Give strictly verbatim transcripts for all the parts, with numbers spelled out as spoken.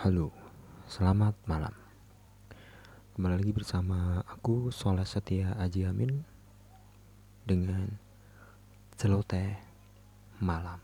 Halo, selamat malam. Kembali lagi bersama aku Soleh Setia Aji Amin dengan celoteh malam.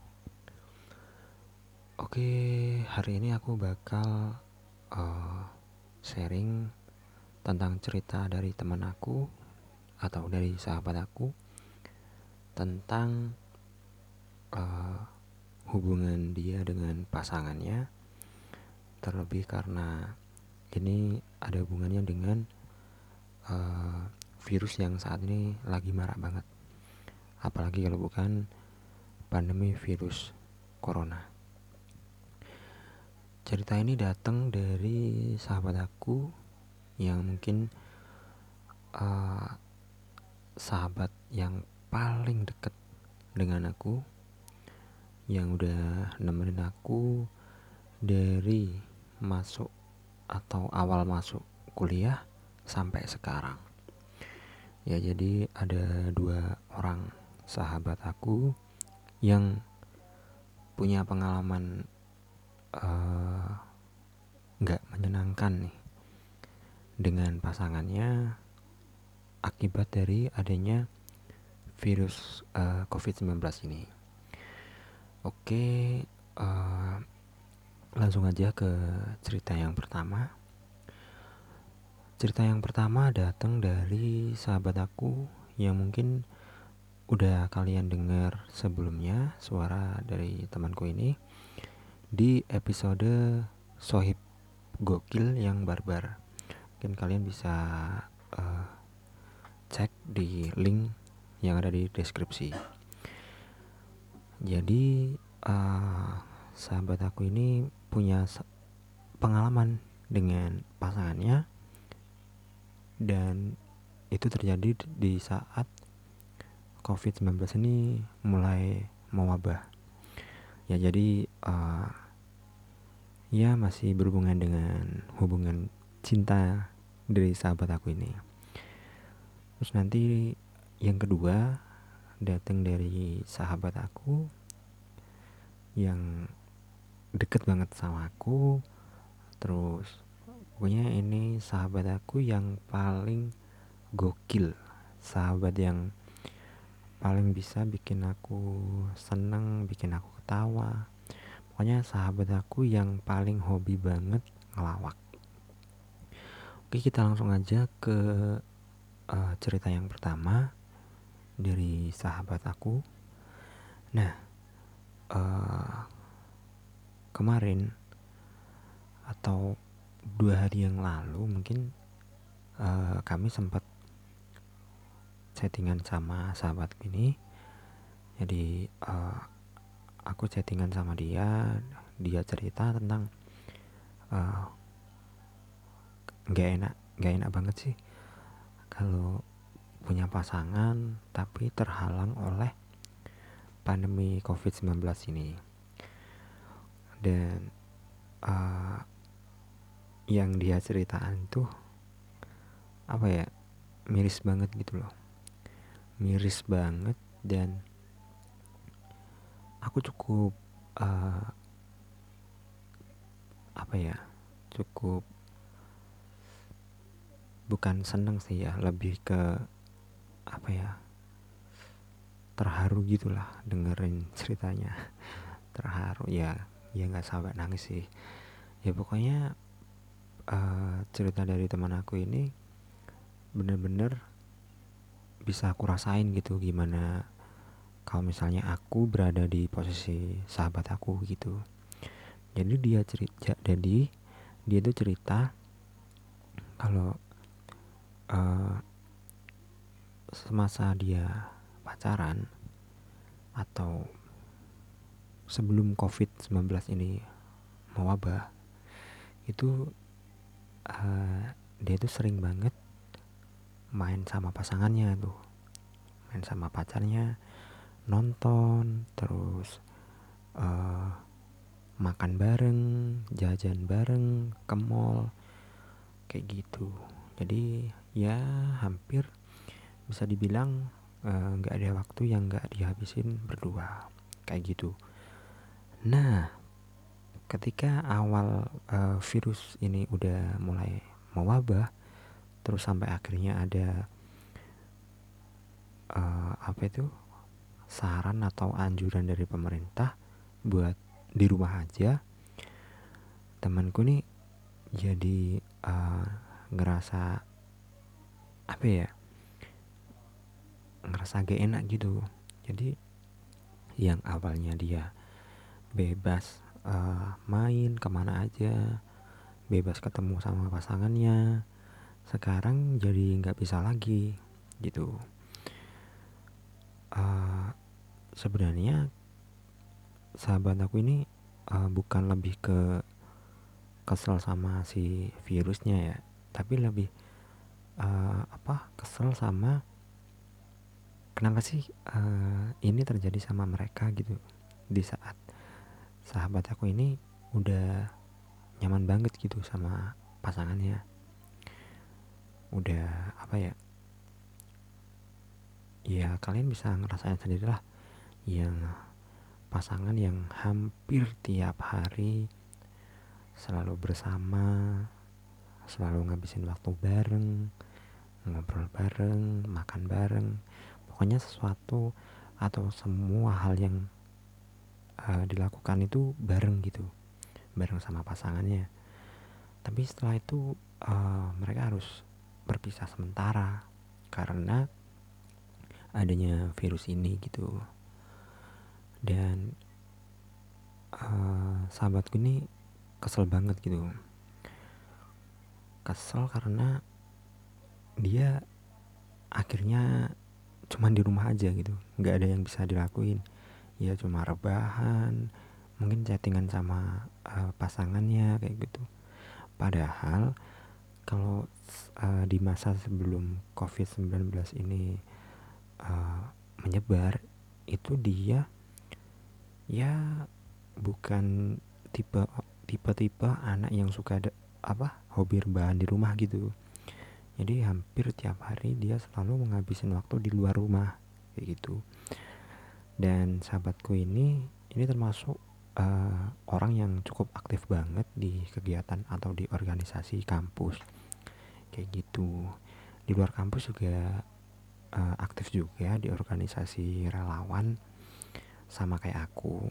Oke, hari ini aku bakal uh, sharing tentang cerita dari teman aku atau dari sahabat aku tentang uh, hubungan dia dengan pasangannya. Terlebih karena ini ada hubungannya dengan uh, virus yang saat ini lagi marak banget. Apalagi kalau bukan pandemi virus corona. Cerita ini datang dari sahabat aku yang mungkin uh, sahabat yang paling dekat dengan aku, yang udah nemenin aku dari masuk atau awal masuk kuliah sampai sekarang. Ya, jadi ada dua orang sahabat aku yang punya pengalaman nggak uh, menyenangkan nih dengan pasangannya akibat dari adanya virus uh, covid sembilan belas ini. Oke, uh, langsung aja ke cerita yang pertama. Cerita yang pertama datang dari sahabat aku yang mungkin udah kalian dengar sebelumnya suara dari temanku ini di episode Sohib Gokil yang Barbar. Mungkin kalian bisa uh, cek di link yang ada di deskripsi. Jadi uh, sahabat aku ini punya pengalaman dengan pasangannya, dan itu terjadi di saat covid sembilan belas ini mulai mewabah. Ya, jadi uh, ya masih berhubungan dengan hubungan cinta dari sahabat aku ini. Terus nanti yang kedua datang dari sahabat aku yang deket banget sama aku. Terus pokoknya ini sahabat aku yang paling gokil, sahabat yang paling bisa bikin aku seneng, bikin aku ketawa. Pokoknya sahabat aku yang paling hobi banget ngelawak. Oke, kita langsung aja ke uh, cerita yang pertama dari sahabat aku. Nah, uh, kemarin atau dua hari yang lalu mungkin uh, kami sempat chattingan sama sahabat ini. Jadi uh, aku chattingan sama dia, dia cerita tentang uh, gak enak, gak enak banget sih kalau punya pasangan tapi terhalang oleh pandemi covid sembilan belas ini. Dan uh, yang dia ceritaan tuh apa ya, miris banget gitu loh, miris banget. Dan aku cukup uh, apa ya, cukup bukan seneng sih ya, lebih ke apa ya, terharu gitulah dengerin ceritanya. Terharu ya, ya nggak sampai nangis sih. Ya pokoknya uh, cerita dari teman aku ini bener-bener bisa aku rasain gitu, gimana kalau misalnya aku berada di posisi sahabat aku gitu. Jadi dia cerita, jadi dia tuh cerita kalau uh, semasa dia pacaran atau sebelum covid sembilan belas ini mewabah, itu uh, dia tuh sering banget main sama pasangannya tuh, main sama pacarnya, nonton, terus uh, makan bareng, jajan bareng, ke mall, kayak gitu. Jadi ya hampir bisa dibilang nggak uh, ada waktu yang nggak dihabisin berdua, kayak gitu. Nah, ketika awal uh, virus ini udah mulai mewabah, terus sampai akhirnya ada uh, apa itu saran atau anjuran dari pemerintah buat di rumah aja, temanku nih jadi uh, ngerasa apa ya, ngerasa gak enak gitu. Jadi yang awalnya dia bebas uh, main kemana aja, bebas ketemu sama pasangannya, sekarang jadi nggak bisa lagi gitu. Uh, sebenarnya sahabat aku ini uh, bukan lebih ke kesel sama si virusnya ya, tapi lebih uh, apa kesel sama kenapa sih uh, ini terjadi sama mereka gitu, di saat sahabat aku ini udah nyaman banget gitu sama pasangannya, udah apa ya, ya kalian bisa ngerasain sendiri lah, yang pasangan yang hampir tiap hari selalu bersama, selalu ngabisin waktu bareng, ngobrol bareng, makan bareng, pokoknya sesuatu atau semua hal yang uh, dilakukan itu bareng gitu, bareng sama pasangannya. Tapi setelah itu uh, mereka harus berpisah sementara karena adanya virus ini gitu. Dan uh, sahabatku ini kesel banget gitu, kesel karena dia akhirnya cuman di rumah aja gitu, nggak ada yang bisa dilakuin, ya cuma rebahan, mungkin chattingan sama uh, pasangannya kayak gitu. Padahal kalau uh, di masa sebelum covid sembilan belas ini uh, menyebar, itu dia ya bukan tipe tipe-tipe anak yang suka ada apa hobi rebahan di rumah gitu. Jadi hampir tiap hari dia selalu menghabisin waktu di luar rumah kayak gitu. Dan sahabatku ini ini termasuk uh, orang yang cukup aktif banget di kegiatan atau di organisasi kampus kayak gitu. Di luar kampus juga uh, aktif juga di organisasi relawan sama kayak aku.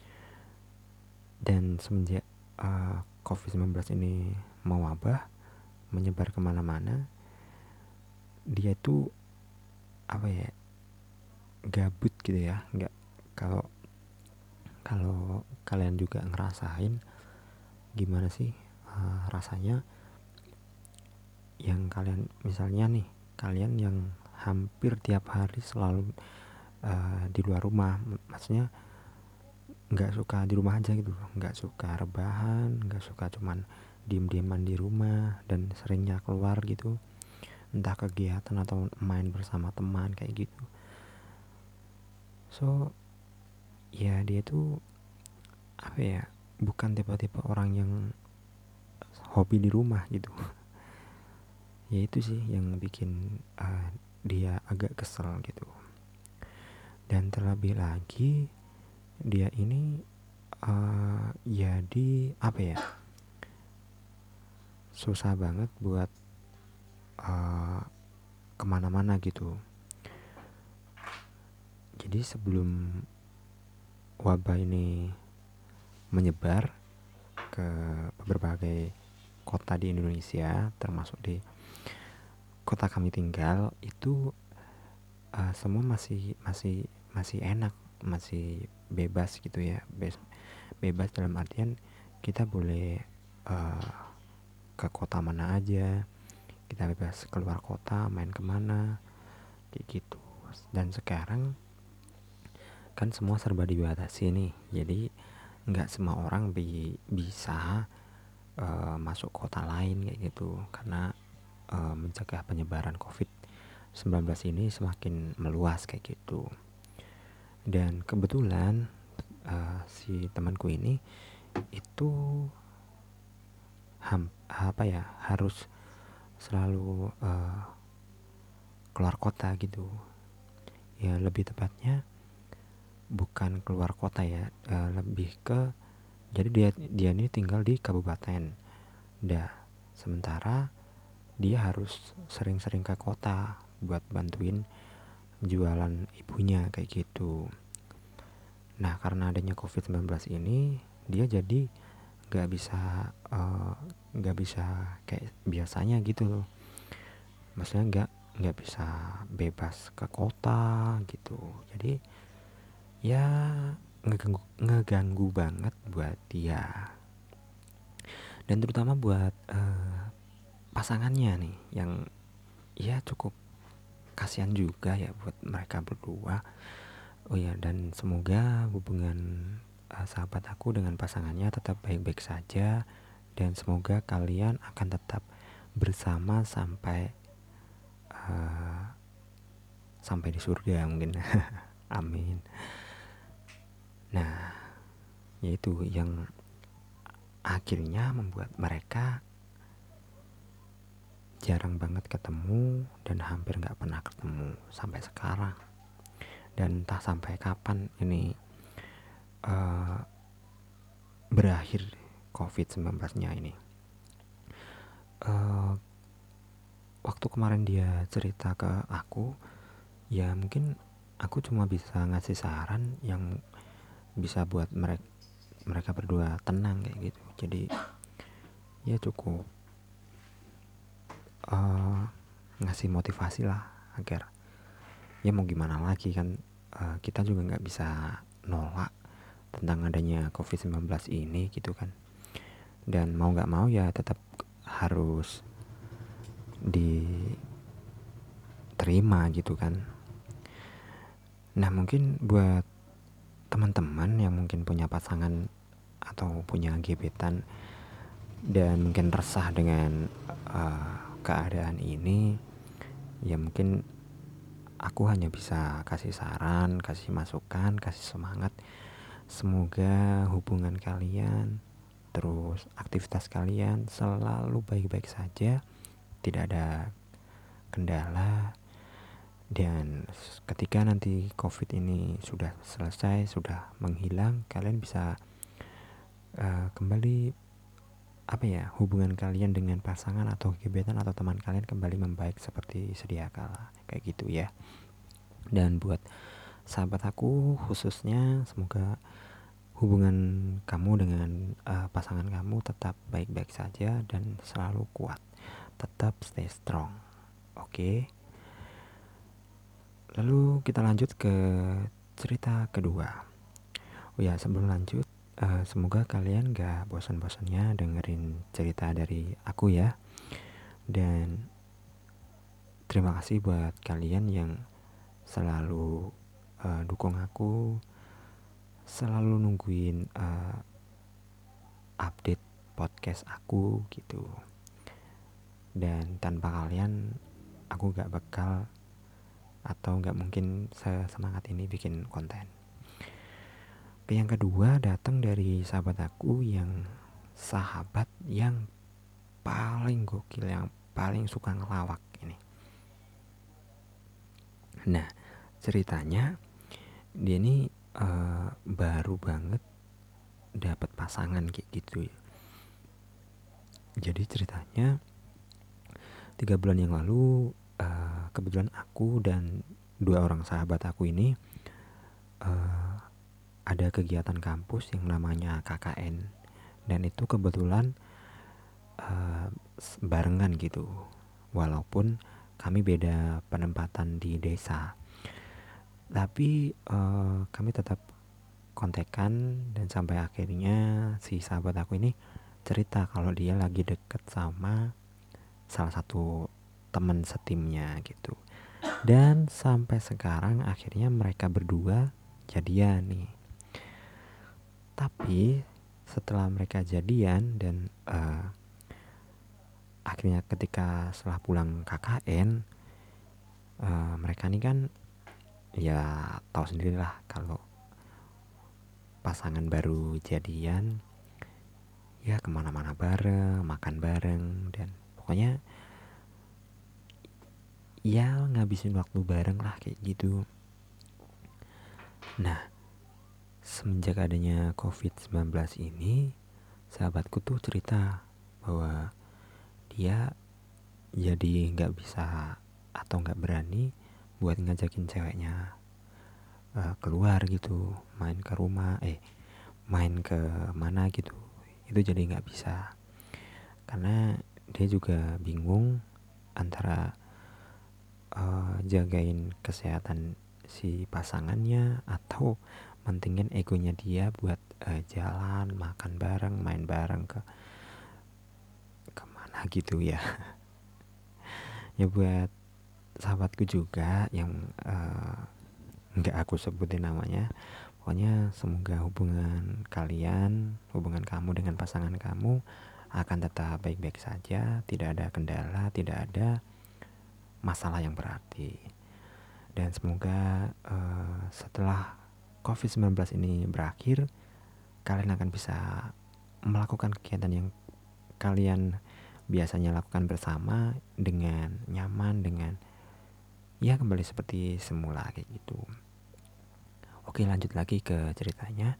Dan semenjak uh, covid sembilan belas ini mewabah, menyebar kemana-mana, dia tuh apa ya, gabut gitu ya. Nggak, kalau kalau kalian juga ngerasain gimana sih uh, rasanya yang kalian misalnya nih, kalian yang hampir tiap hari selalu uh, di luar rumah, maksudnya nggak suka di rumah aja gitu, nggak suka rebahan, nggak suka cuman diem-dieman di rumah dan seringnya keluar gitu, entah kegiatan atau main bersama teman kayak gitu. So ya dia tuh apa ya, bukan tipe-tipe orang yang hobi di rumah gitu. Ya itu sih yang bikin uh, dia agak kesel gitu. Dan terlebih lagi dia ini uh, jadi apa ya, susah banget buat uh, kemana-mana gitu. Jadi sebelum wabah ini menyebar ke berbagai kota di Indonesia, termasuk di kota kami tinggal, itu uh, semua masih masih masih enak, masih bebas gitu ya. Be- bebas dalam artian kita boleh uh, ke kota mana aja, kita bebas keluar kota, main kemana kayak gitu. Dan sekarang kan semua serba dibatasi nih, jadi nggak semua orang bi- bisa uh, masuk kota lain kayak gitu, karena uh, mencegah penyebaran covid sembilan belas ini semakin meluas kayak gitu. Dan kebetulan uh, si temanku ini itu ham, apa ya, harus selalu uh, keluar kota gitu. Ya lebih tepatnya bukan keluar kota ya, uh, lebih ke Jadi dia dia ini tinggal di kabupaten. Dah, sementara dia harus sering-sering ke kota buat bantuin jualan ibunya kayak gitu. Nah, karena adanya covid sembilan belas ini, dia jadi nggak bisa eh, nggak uh, bisa kayak biasanya gitu loh. Maksudnya nggak nggak bisa bebas ke kota gitu. Jadi ya ngeganggu, ngeganggu banget buat dia. Dan terutama buat uh, pasangannya nih yang ya cukup kasihan juga ya buat mereka berdua. Oh ya, dan semoga hubungan uh, sahabat aku dengan pasangannya tetap baik-baik saja, dan semoga kalian akan tetap bersama sampai uh, sampai di surga mungkin. Amin. Nah, yaitu yang akhirnya membuat mereka jarang banget ketemu dan hampir gak pernah ketemu sampai sekarang. Dan entah sampai kapan ini uh, berakhir covid sembilan belas nya ini. Uh, waktu kemarin dia cerita ke aku, ya mungkin aku cuma bisa ngasih saran yang bisa buat mereka mereka berdua tenang kayak gitu. Jadi ya cukup uh, ngasih motivasi lah agar ya mau gimana lagi kan, uh, kita juga nggak bisa nolak tentang adanya covid sembilan belas ini gitu kan. Dan mau nggak mau ya tetap harus diterima gitu kan. Nah, mungkin buat teman-teman yang mungkin punya pasangan atau punya gebetan dan mungkin resah dengan uh, keadaan ini, ya mungkin aku hanya bisa kasih saran, kasih masukan, kasih semangat. Semoga hubungan kalian, terus aktivitas kalian selalu baik-baik saja, tidak ada kendala. Dan ketika nanti covid ini sudah selesai, sudah menghilang, kalian bisa uh, kembali apa ya, hubungan kalian dengan pasangan atau gebetan atau teman kalian kembali membaik seperti sedia kala kayak gitu ya. Dan buat sahabat aku khususnya, semoga hubungan kamu dengan uh, pasangan kamu tetap baik-baik saja dan selalu kuat, tetap stay strong. Oke, okay? Lalu kita lanjut ke cerita kedua. Oh ya, sebelum lanjut, Uh, semoga kalian gak bosan-bosannya dengerin cerita dari aku ya. Dan terima kasih buat kalian yang selalu uh, dukung aku, selalu nungguin uh, update podcast aku gitu. Dan tanpa kalian aku gak bakal atau gak mungkin sesemangat ini bikin konten. Yang kedua datang dari sahabat aku yang sahabat yang paling gokil, yang paling suka ngelawak ini. Nah, ceritanya dia ini uh, baru banget dapat pasangan kayak gitu ya. Jadi ceritanya tiga bulan yang lalu uh, kebetulan aku dan dua orang sahabat aku ini uh, ada kegiatan kampus yang namanya K K N, dan itu kebetulan uh, barengan gitu, walaupun kami beda penempatan di desa, tapi uh, kami tetap kontekan. Dan sampai akhirnya si sahabat aku ini cerita kalau dia lagi deket sama salah satu teman setimnya gitu. Dan sampai sekarang akhirnya mereka berdua jadian nih. Tapi setelah mereka jadian dan uh, akhirnya ketika setelah pulang K K N, uh, mereka ini kan ya tahu sendirilah kalau pasangan baru jadian ya kemana-mana bareng, makan bareng, dan pokoknya ya ngabisin waktu bareng lah kayak gitu. Nah, semenjak adanya covid sembilan belas ini, sahabatku tuh cerita bahwa dia jadi nggak bisa atau nggak berani buat ngajakin ceweknya uh, keluar gitu, main ke rumah, eh main ke mana gitu. Itu jadi nggak bisa karena dia juga bingung antara uh, jagain kesehatan si pasangannya atau mentingin egonya dia buat uh, jalan, makan bareng, main bareng ke kemana gitu ya. Ya buat sahabatku juga yang uh, nggak aku sebutin namanya, pokoknya semoga hubungan kalian, hubungan kamu dengan pasangan kamu akan tetap baik-baik saja, tidak ada kendala, tidak ada masalah yang berarti. Dan semoga uh, setelah covid sembilan belas ini berakhir, kalian akan bisa melakukan kegiatan yang kalian biasanya lakukan bersama dengan nyaman, dengan ya kembali seperti semula kayak gitu. Oke, lanjut lagi ke ceritanya.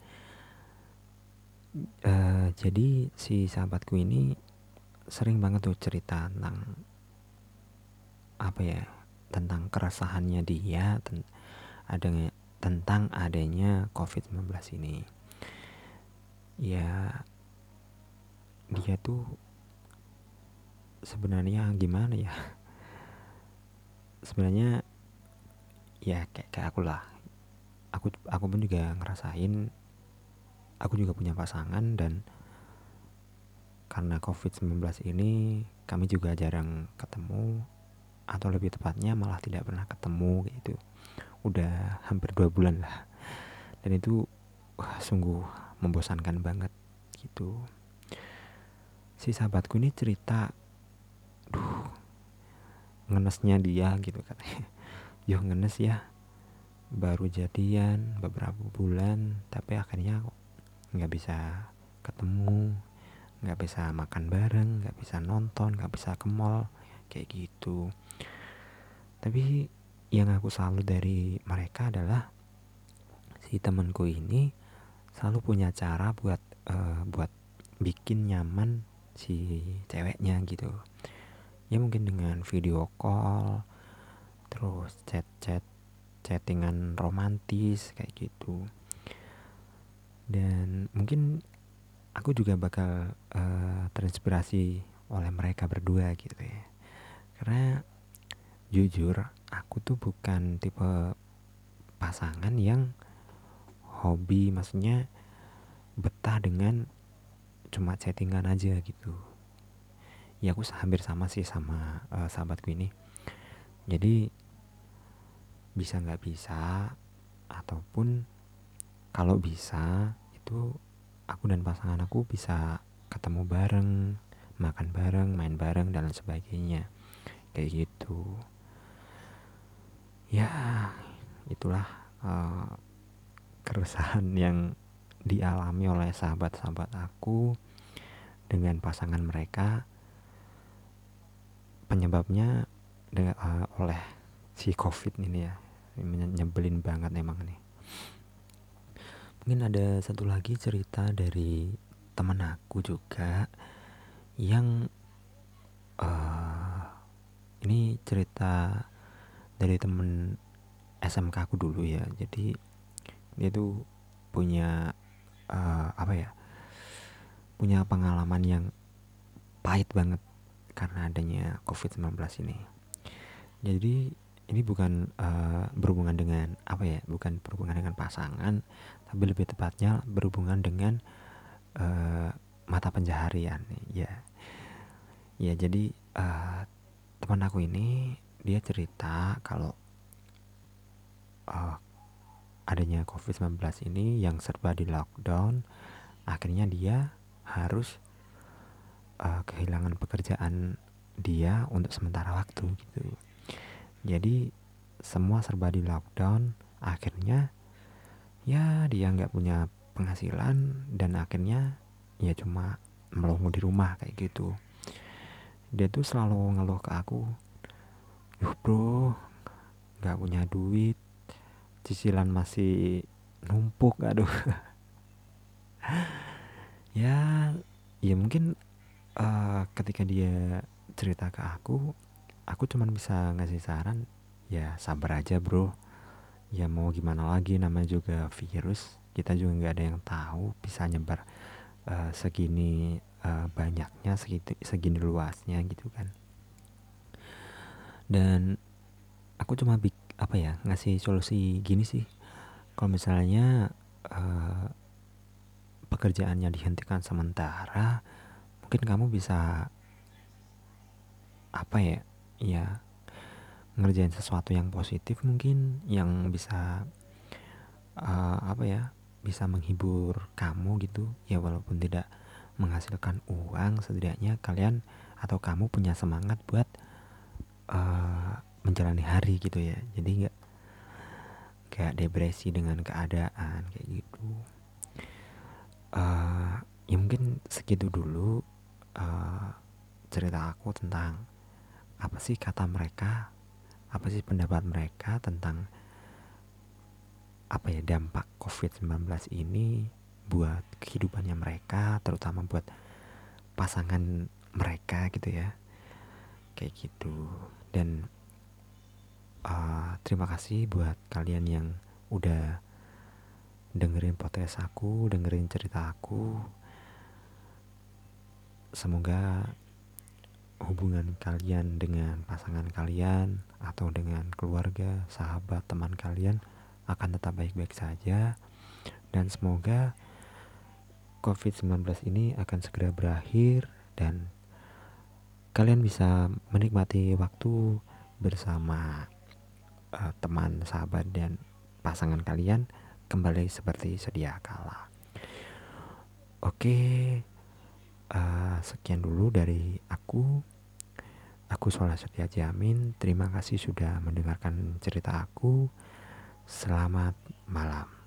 Uh, jadi si sahabatku ini sering banget tuh cerita tentang apa ya, tentang keresahannya dia ten- adanya tentang adanya covid sembilan belas ini. Ya dia tuh sebenarnya gimana ya, sebenarnya ya kayak kayak aku lah, aku aku pun juga ngerasain, aku juga punya pasangan, dan karena covid sembilan belas ini kami juga jarang ketemu, atau lebih tepatnya malah tidak pernah ketemu gitu, udah hampir dua bulan lah. Dan itu wah, sungguh membosankan banget gitu. Si sahabatku ini cerita, duh ngenesnya dia gitu katanya. Yo ngenes ya, baru jadian beberapa bulan tapi akhirnya nggak bisa ketemu, nggak bisa makan bareng, nggak bisa nonton, nggak bisa ke mall kayak gitu. Tapi yang aku salut dari mereka adalah si temanku ini selalu punya cara buat uh, buat bikin nyaman si ceweknya gitu. Ya mungkin dengan video call, terus chat-chat, chattingan romantis kayak gitu. Dan mungkin aku juga bakal uh, terinspirasi oleh mereka berdua gitu ya. Karena jujur aku tuh bukan tipe pasangan yang hobi, maksudnya betah dengan cuma chattingan aja gitu. Ya aku hampir sama sih sama uh, sahabatku ini. Jadi bisa nggak bisa, ataupun kalau bisa itu aku dan pasangan aku bisa ketemu bareng, makan bareng, main bareng dan lain sebagainya kayak gitu. Ya itulah uh, keresahan yang dialami oleh sahabat-sahabat aku dengan pasangan mereka, penyebabnya dengan uh, oleh si covid ini ya. Nyebelin banget emang nih. Mungkin ada satu lagi cerita dari teman aku juga yang uh, ini cerita dari temen S M K aku dulu ya. Jadi dia tuh punya uh, apa ya, punya pengalaman yang pahit banget karena adanya covid sembilan belas ini. Jadi ini bukan uh, berhubungan dengan apa ya, bukan berhubungan dengan pasangan, tapi lebih tepatnya berhubungan dengan uh, mata pencaharian ya. Ya jadi uh, teman aku ini dia cerita kalau uh, adanya covid sembilan belas ini yang serba di lockdown, akhirnya dia harus uh, kehilangan pekerjaan dia untuk sementara waktu gitu. Jadi semua serba di lockdown, akhirnya ya dia nggak punya penghasilan dan akhirnya ya cuma melongo di rumah kayak gitu. Dia tuh selalu ngeluh ke aku, yuh bro nggak punya duit, cicilan masih numpuk, aduh. Ya, ya mungkin uh, ketika dia cerita ke aku, aku cuman bisa ngasih saran, ya sabar aja bro. Ya mau gimana lagi, namanya juga virus, kita juga nggak ada yang tahu bisa nyebar uh, segini uh, banyaknya, segitu, segini luasnya gitu kan. Dan aku cuma bik, apa ya ngasih solusi gini sih, kalau misalnya uh, pekerjaannya dihentikan sementara, mungkin kamu bisa apa ya ya ngerjain sesuatu yang positif, mungkin yang bisa uh, apa ya bisa menghibur kamu gitu ya, walaupun tidak menghasilkan uang, setidaknya kalian atau kamu punya semangat buat uh, menjalani hari gitu ya, jadi nggak kayak depresi dengan keadaan kayak gitu. Uh, ya mungkin segitu dulu uh, cerita aku tentang apa sih kata mereka, apa sih pendapat mereka tentang apa ya dampak covid sembilan belas ini buat kehidupannya mereka, terutama buat pasangan mereka gitu ya, kayak gitu. Dan uh, terima kasih buat kalian yang udah dengerin podcast aku, dengerin cerita aku. Semoga hubungan kalian dengan pasangan kalian atau dengan keluarga, sahabat, teman kalian akan tetap baik-baik saja, dan semoga covid sembilan belas ini akan segera berakhir dan kalian bisa menikmati waktu bersama uh, teman, sahabat, dan pasangan kalian kembali seperti sedia kala. Oke, uh, sekian dulu dari aku. Aku Soleh Setia Jamin. Terima kasih sudah mendengarkan cerita aku. Selamat malam.